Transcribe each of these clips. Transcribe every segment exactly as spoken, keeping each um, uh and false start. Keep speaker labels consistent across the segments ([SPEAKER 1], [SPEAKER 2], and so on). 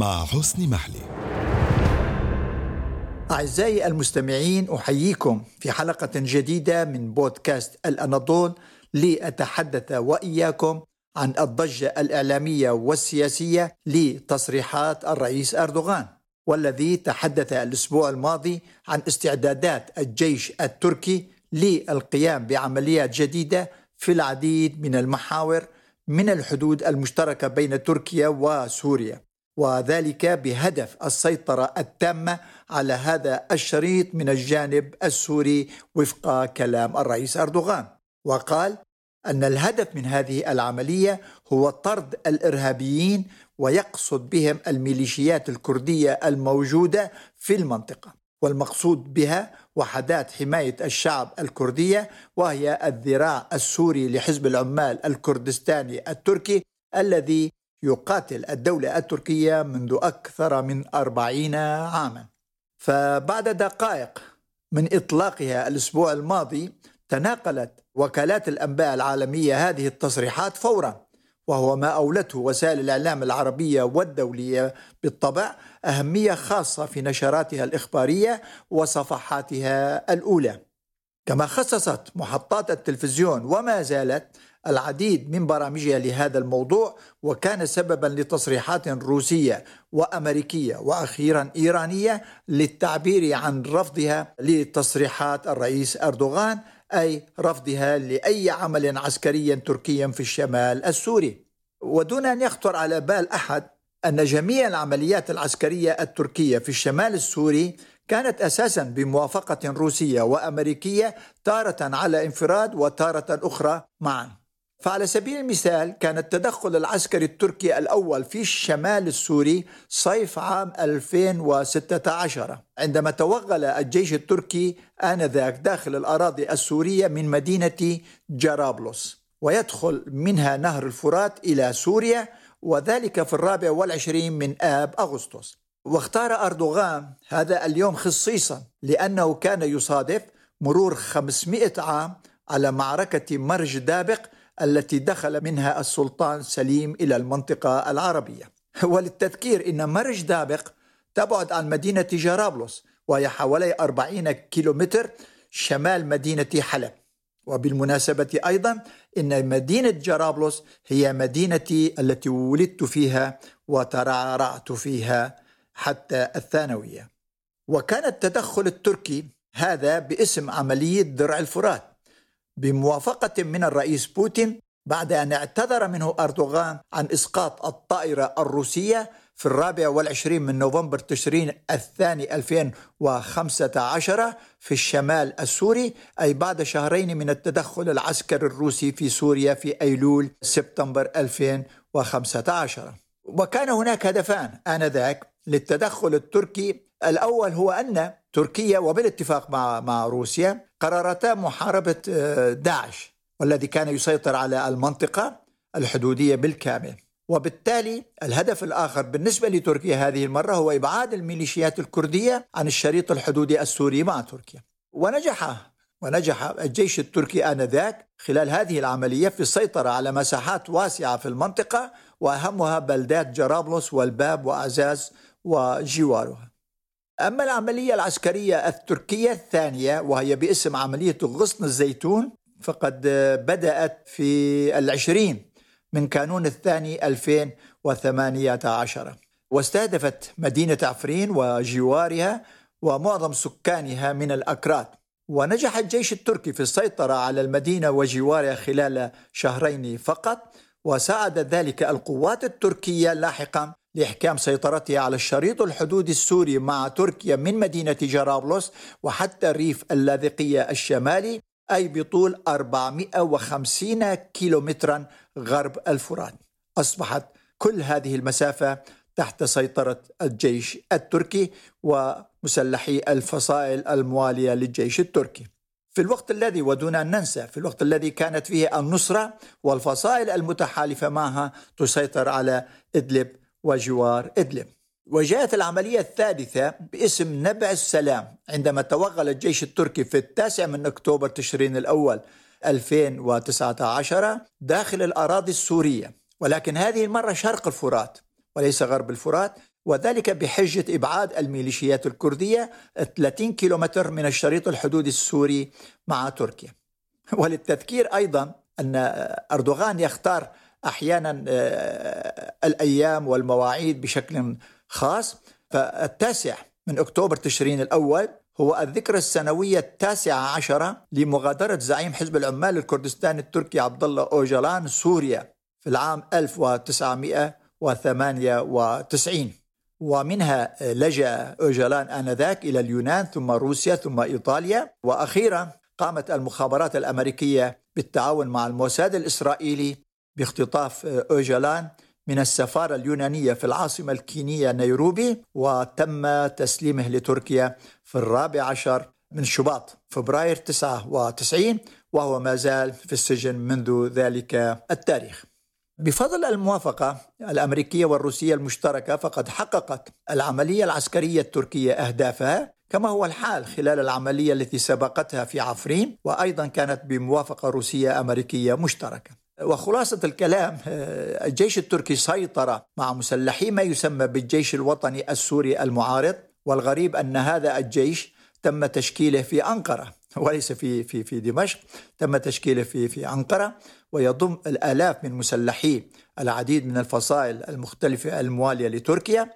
[SPEAKER 1] مع حسني محلي.
[SPEAKER 2] أعزائي المستمعين، أحييكم في حلقة جديدة من بودكاست الأناضول لأتحدث وإياكم عن الضجة الإعلامية والسياسية لتصريحات الرئيس أردوغان، والذي تحدث الأسبوع الماضي عن استعدادات الجيش التركي للقيام بعمليات جديدة في العديد من المحاور من الحدود المشتركة بين تركيا وسوريا، وذلك بهدف السيطرة التامة على هذا الشريط من الجانب السوري وفق كلام الرئيس أردوغان. وقال أن الهدف من هذه العملية هو طرد الإرهابيين، ويقصد بهم الميليشيات الكردية الموجودة في المنطقة، والمقصود بها وحدات حماية الشعب الكردية، وهي الذراع السوري لحزب العمال الكردستاني التركي الذي يقاتل الدولة التركية منذ أكثر من أربعين عاما. فبعد دقائق من إطلاقها الأسبوع الماضي، تناقلت وكالات الأنباء العالمية هذه التصريحات فورا، وهو ما أولته وسائل الإعلام العربية والدولية بالطبع أهمية خاصة في نشراتها الإخبارية وصفحاتها الأولى. كما خصصت محطات التلفزيون وما زالت العديد من برامجها لهذا الموضوع، وكان سببا لتصريحات روسية وأمريكية وأخيرا إيرانية للتعبير عن رفضها لتصريحات الرئيس أردوغان، أي رفضها لأي عمل عسكري تركي في الشمال السوري. ودون أن يخطر على بال أحد أن جميع العمليات العسكرية التركية في الشمال السوري كانت أساسا بموافقة روسية وأمريكية، تارة على انفراد وتارة أخرى معا. فعلى سبيل المثال، كان التدخل العسكري التركي الأول في الشمال السوري صيف عام ألفين وستة عشر، عندما توغل الجيش التركي آنذاك داخل الأراضي السورية من مدينة جرابلس، ويدخل منها نهر الفرات إلى سوريا، وذلك في الرابع والعشرين من آب أغسطس. واختار أردوغان هذا اليوم خصيصا لأنه كان يصادف مرور خمسمائة عام على معركة مرج دابق التي دخل منها السلطان سليم إلى المنطقة العربية. وللتذكير، إن مرج دابق تبعد عن مدينة جرابلس، وهي حوالي أربعين كيلومتر شمال مدينة حلب. وبالمناسبة أيضا، إن مدينة جرابلس هي مدينتي التي ولدت فيها وترعرعت فيها حتى الثانوية. وكان التدخل التركي هذا باسم عملية درع الفرات بموافقة من الرئيس بوتين، بعد أن اعتذر منه أردوغان عن إسقاط الطائرة الروسية في الرابع والعشرين من نوفمبر تشرين الثاني ألفين وخمسة عشر في الشمال السوري، أي بعد شهرين من التدخل العسكري الروسي في سوريا في أيلول سبتمبر ألفين وخمسة عشر. وكان هناك هدفان آنذاك للتدخل التركي. الأول هو أن تركيا وبالاتفاق مع مع روسيا قررتا محاربة داعش، والذي كان يسيطر على المنطقة الحدودية بالكامل. وبالتالي الهدف الآخر بالنسبة لتركيا هذه المرة هو إبعاد الميليشيات الكردية عن الشريط الحدودي السوري مع تركيا. ونجح ونجح الجيش التركي آنذاك خلال هذه العملية في السيطرة على مساحات واسعة في المنطقة، وأهمها بلدات جرابلس والباب وأعزاز وجوارها. أما العملية العسكرية التركية الثانية، وهي باسم عملية غصن الزيتون، فقد بدأت في العشرين من كانون الثاني ألفين وثمانية عشر، واستهدفت مدينة عفرين وجوارها ومعظم سكانها من الأكراد. ونجح الجيش التركي في السيطرة على المدينة وجوارها خلال شهرين فقط، وساعد ذلك القوات التركية لاحقا لإحكام سيطرتها على الشريط الحدودي السوري مع تركيا من مدينة جرابلس وحتى الريف اللاذقية الشمالي، أي بطول أربعمائة وخمسين كيلومترا غرب الفرات. أصبحت كل هذه المسافة تحت سيطرة الجيش التركي ومسلحي الفصائل الموالية للجيش التركي. في الوقت الذي، ودون أن ننسى، في الوقت الذي كانت فيه النصرة والفصائل المتحالفة معها تسيطر على إدلب وجوار إدلب. وجاءت العملية الثالثة باسم نبع السلام، عندما توغل الجيش التركي في التاسع من أكتوبر تشرين الأول ألفين وتسعة عشر داخل الأراضي السورية، ولكن هذه المرة شرق الفرات وليس غرب الفرات، وذلك بحجة إبعاد الميليشيات الكردية ثلاثين كيلومتر من الشريط الحدودي السوري مع تركيا. وللتذكير أيضا أن أردوغان يختار أحيانا الأيام والمواعيد بشكل خاص، فالتاسع من أكتوبر تشرين الأول هو الذكرى السنوية التاسعة عشرة لمغادرة زعيم حزب العمال الكردستاني التركي عبد الله أوجلان سوريا في العام ألف وتسعمائة وثمانية وتسعين، ومنها لجأ أوجلان آنذاك إلى اليونان ثم روسيا ثم إيطاليا. وأخيرا قامت المخابرات الأمريكية بالتعاون مع الموساد الإسرائيلي باختطاف أوجلان من السفارة اليونانية في العاصمة الكينية نيروبي، وتم تسليمه لتركيا في الرابع عشر من شباط فبراير تسعة وتسعين، وهو ما زال في السجن منذ ذلك التاريخ. بفضل الموافقة الأمريكية والروسية المشتركة فقد حققت العملية العسكرية التركية أهدافها، كما هو الحال خلال العملية التي سبقتها في عفرين، وأيضا كانت بموافقة روسية أمريكية مشتركة. وخلاصة الكلام، الجيش التركي سيطر مع مسلحي ما يسمى بالجيش الوطني السوري المعارض، والغريب أن هذا الجيش تم تشكيله في أنقرة وليس في في في دمشق، تم تشكيله في في أنقرة، ويضم الآلاف من مسلحي العديد من الفصائل المختلفة الموالية لتركيا،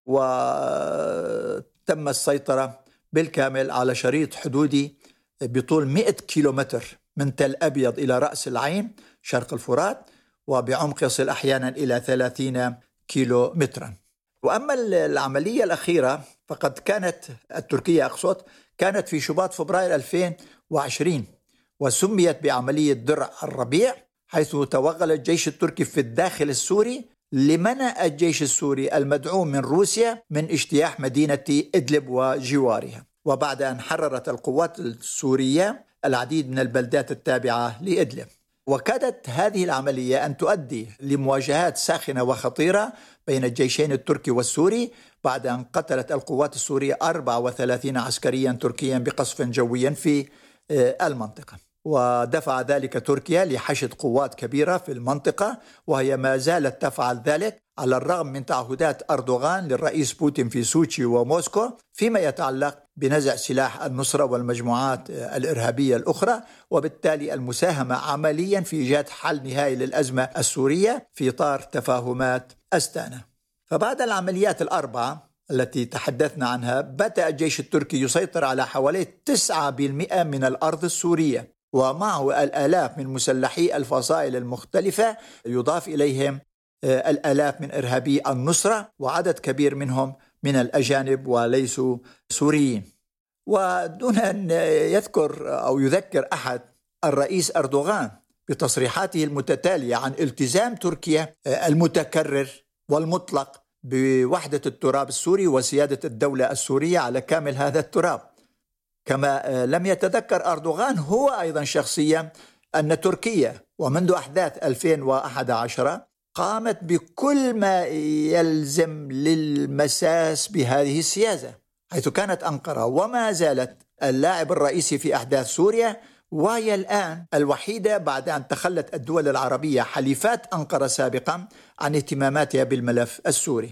[SPEAKER 2] وتم السيطرة بالكامل على شريط حدودي بطول مئة كيلومتر من تل أبيض إلى رأس العين شرق الفرات، وبعمق يصل أحيانا إلى ثلاثين كيلو مترا. وأما العملية الأخيرة فقد كانت التركية أقصد كانت في شباط فبراير ألفين وعشرين، وسميت بعملية درع الربيع، حيث توغل الجيش التركي في الداخل السوري لمنع الجيش السوري المدعوم من روسيا من اجتياح مدينة إدلب وجوارها. وبعد أن حررت القوات السورية العديد من البلدات التابعة لإدلب، وكادت هذه العملية أن تؤدي لمواجهات ساخنة وخطيرة بين الجيشين التركي والسوري، بعد أن قتلت القوات السورية أربعة وثلاثين عسكريا تركيا بقصف جوي في المنطقة، ودفع ذلك تركيا لحشد قوات كبيرة في المنطقة، وهي ما زالت تفعل ذلك على الرغم من تعهدات أردوغان للرئيس بوتين في سوتشي وموسكو فيما يتعلق بنزع سلاح النصرة والمجموعات الإرهابية الأخرى، وبالتالي المساهمة عمليا في إيجاد حل نهائي للأزمة السورية في إطار تفاهمات أستانا. فبعد العمليات الأربعة التي تحدثنا عنها بدأ الجيش التركي يسيطر على حوالي تسعة بالمئة من الأرض السورية، ومعه الآلاف من مسلحي الفصائل المختلفة، يضاف إليهم الآلاف من إرهابي النصرة، وعدد كبير منهم من الأجانب وليسوا سوريين. ودون أن يذكر أو يذكر أحد الرئيس أردوغان بتصريحاته المتتالية عن التزام تركيا المتكرر والمطلق بوحدة التراب السوري وسيادة الدولة السورية على كامل هذا التراب. كما لم يتذكر أردوغان هو أيضا شخصيا أن تركيا ومنذ أحداث ألفين وأحد عشر قامت بكل ما يلزم للمساس بهذه السياسة، حيث كانت أنقرة وما زالت اللاعب الرئيسي في أحداث سوريا، وهي الآن الوحيدة بعد أن تخلت الدول العربية حليفات أنقرة سابقا عن اهتماماتها بالملف السوري.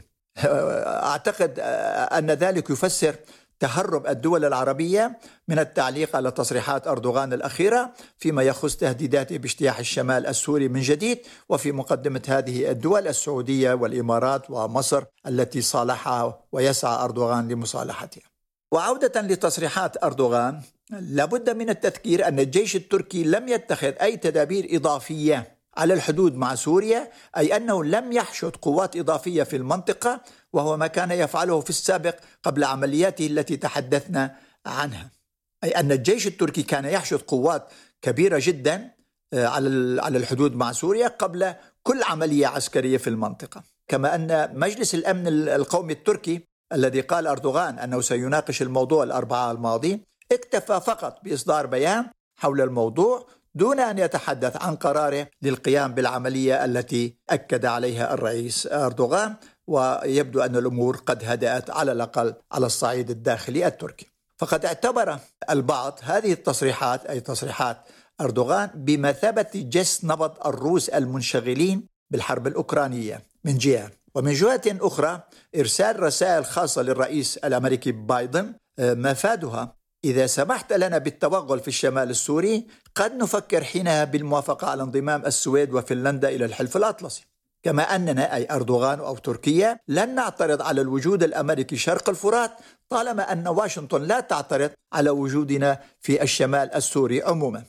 [SPEAKER 2] أعتقد أن ذلك يفسر تهرب الدول العربية من التعليق على تصريحات أردوغان الأخيرة فيما يخص تهديداته باجتياح الشمال السوري من جديد، وفي مقدمة هذه الدول السعودية والإمارات ومصر التي صالحها ويسعى أردوغان لمصالحتها. وعودة لتصريحات أردوغان، لابد من التذكير أن الجيش التركي لم يتخذ أي تدابير إضافية على الحدود مع سوريا، أي أنه لم يحشد قوات إضافية في المنطقة، وهو ما كان يفعله في السابق قبل عملياته التي تحدثنا عنها. أي أن الجيش التركي كان يحشد قوات كبيرة جدا على على الحدود مع سوريا قبل كل عملية عسكرية في المنطقة. كما أن مجلس الأمن القومي التركي الذي قال أردوغان أنه سيناقش الموضوع الأربعاء الماضي اكتفى فقط بإصدار بيان حول الموضوع دون أن يتحدث عن قراره للقيام بالعملية التي أكد عليها الرئيس أردوغان، ويبدو أن الأمور قد هدأت على الأقل على الصعيد الداخلي التركي. فقد اعتبر البعض هذه التصريحات أي تصريحات أردوغان بمثابة جس نبض الروس المنشغلين بالحرب الأوكرانية من جهة، ومن جهة أخرى إرسال رسائل خاصة للرئيس الأمريكي بايدن مفادها إذا سمحت لنا بالتوغل في الشمال السوري قد نفكر حينها بالموافقة على انضمام السويد وفنلندا إلى الحلف الأطلسي. كما أننا أي أردوغان أو تركيا لن نعترض على الوجود الأمريكي شرق الفرات طالما أن واشنطن لا تعترض على وجودنا في الشمال السوري عموما.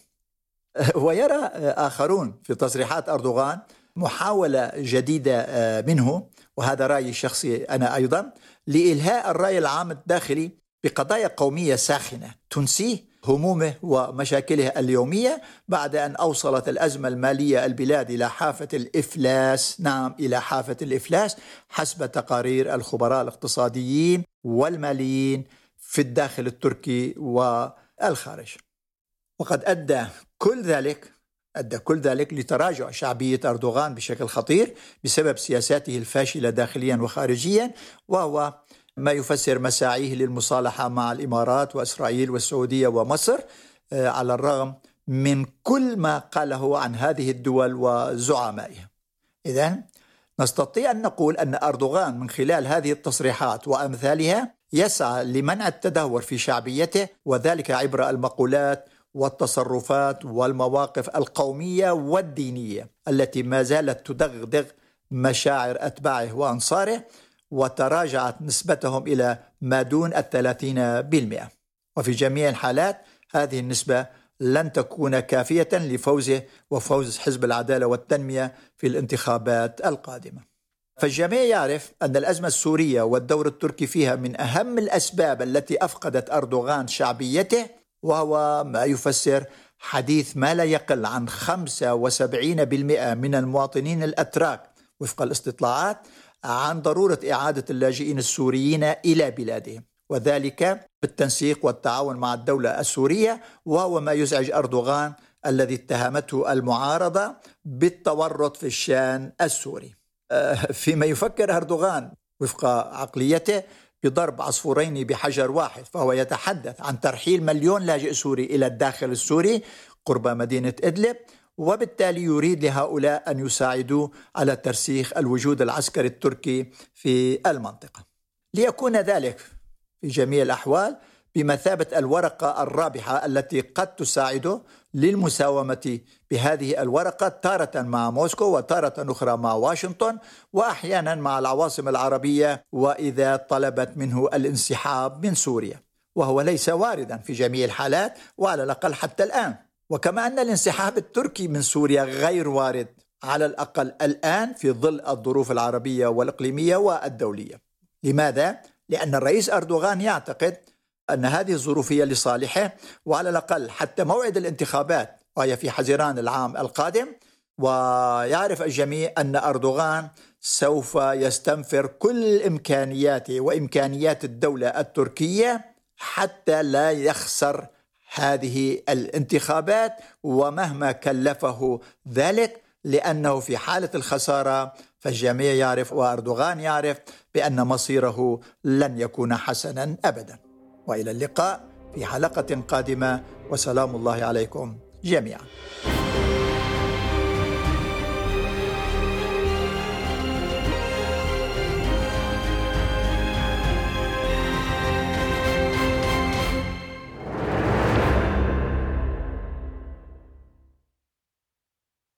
[SPEAKER 2] ويرى آخرون في تصريحات أردوغان محاولة جديدة منه، وهذا رأيي الشخصي أنا أيضا، لإلهاء الرأي العام الداخلي بقضايا قومية ساخنة تنسيه همومه ومشاكله اليومية بعد أن أوصلت الأزمة المالية البلاد إلى حافة الإفلاس. نعم، إلى حافة الإفلاس حسب تقارير الخبراء الاقتصاديين والماليين في الداخل التركي والخارج. وقد أدى كل ذلك أدى كل ذلك لتراجع شعبية أردوغان بشكل خطير بسبب سياساته الفاشلة داخليا وخارجيا، وهو ما يفسر مساعيه للمصالحة مع الإمارات وإسرائيل والسعودية ومصر على الرغم من كل ما قاله عن هذه الدول وزعمائها. إذن نستطيع أن نقول أن أردوغان من خلال هذه التصريحات وأمثالها يسعى لمنع التدهور في شعبيته، وذلك عبر المقولات والتصرفات والمواقف القومية والدينية التي ما زالت تدغدغ مشاعر أتباعه وأنصاره، وتراجعت نسبتهم إلى ما دون الثلاثين بالمئة. وفي جميع الحالات هذه النسبة لن تكون كافية لفوزه وفوز حزب العدالة والتنمية في الانتخابات القادمة. فالجميع يعرف أن الأزمة السورية والدور التركي فيها من أهم الأسباب التي أفقدت أردوغان شعبيته، وهو ما يفسر حديث ما لا يقل عن خمسة وسبعين بالمئة من المواطنين الأتراك وفق الاستطلاعات عن ضرورة إعادة اللاجئين السوريين إلى بلادهم، وذلك بالتنسيق والتعاون مع الدولة السورية، وهو ما يزعج أردوغان الذي اتهمته المعارضة بالتورط في الشأن السوري. فيما يفكر أردوغان وفق عقليته بضرب عصفورين بحجر واحد، فهو يتحدث عن ترحيل مليون لاجئ سوري إلى الداخل السوري قرب مدينة إدلب، وبالتالي يريد لهؤلاء أن يساعدوا على ترسيخ الوجود العسكري التركي في المنطقة، ليكون ذلك في جميع الأحوال بمثابة الورقة الرابحة التي قد تساعده للمساومة بهذه الورقة تارة مع موسكو وتارة أخرى مع واشنطن وأحيانا مع العواصم العربية وإذا طلبت منه الانسحاب من سوريا، وهو ليس واردا في جميع الحالات وعلى الأقل حتى الآن. وكما أن الانسحاب التركي من سوريا غير وارد على الأقل الآن في ظل الظروف العربية والإقليمية والدولية. لماذا؟ لأن الرئيس أردوغان يعتقد أن هذه الظروف هي لصالحه، وعلى الأقل حتى موعد الانتخابات وهي في حزيران العام القادم. ويعرف الجميع أن أردوغان سوف يستنفر كل إمكانياته وإمكانيات الدولة التركية حتى لا يخسر هذه الانتخابات، ومهما كلفه ذلك، لأنه في حالة الخسارة فالجميع يعرف وأردوغان يعرف بأن مصيره لن يكون حسنا أبدا. وإلى اللقاء في حلقة قادمة، وسلام الله عليكم جميعا.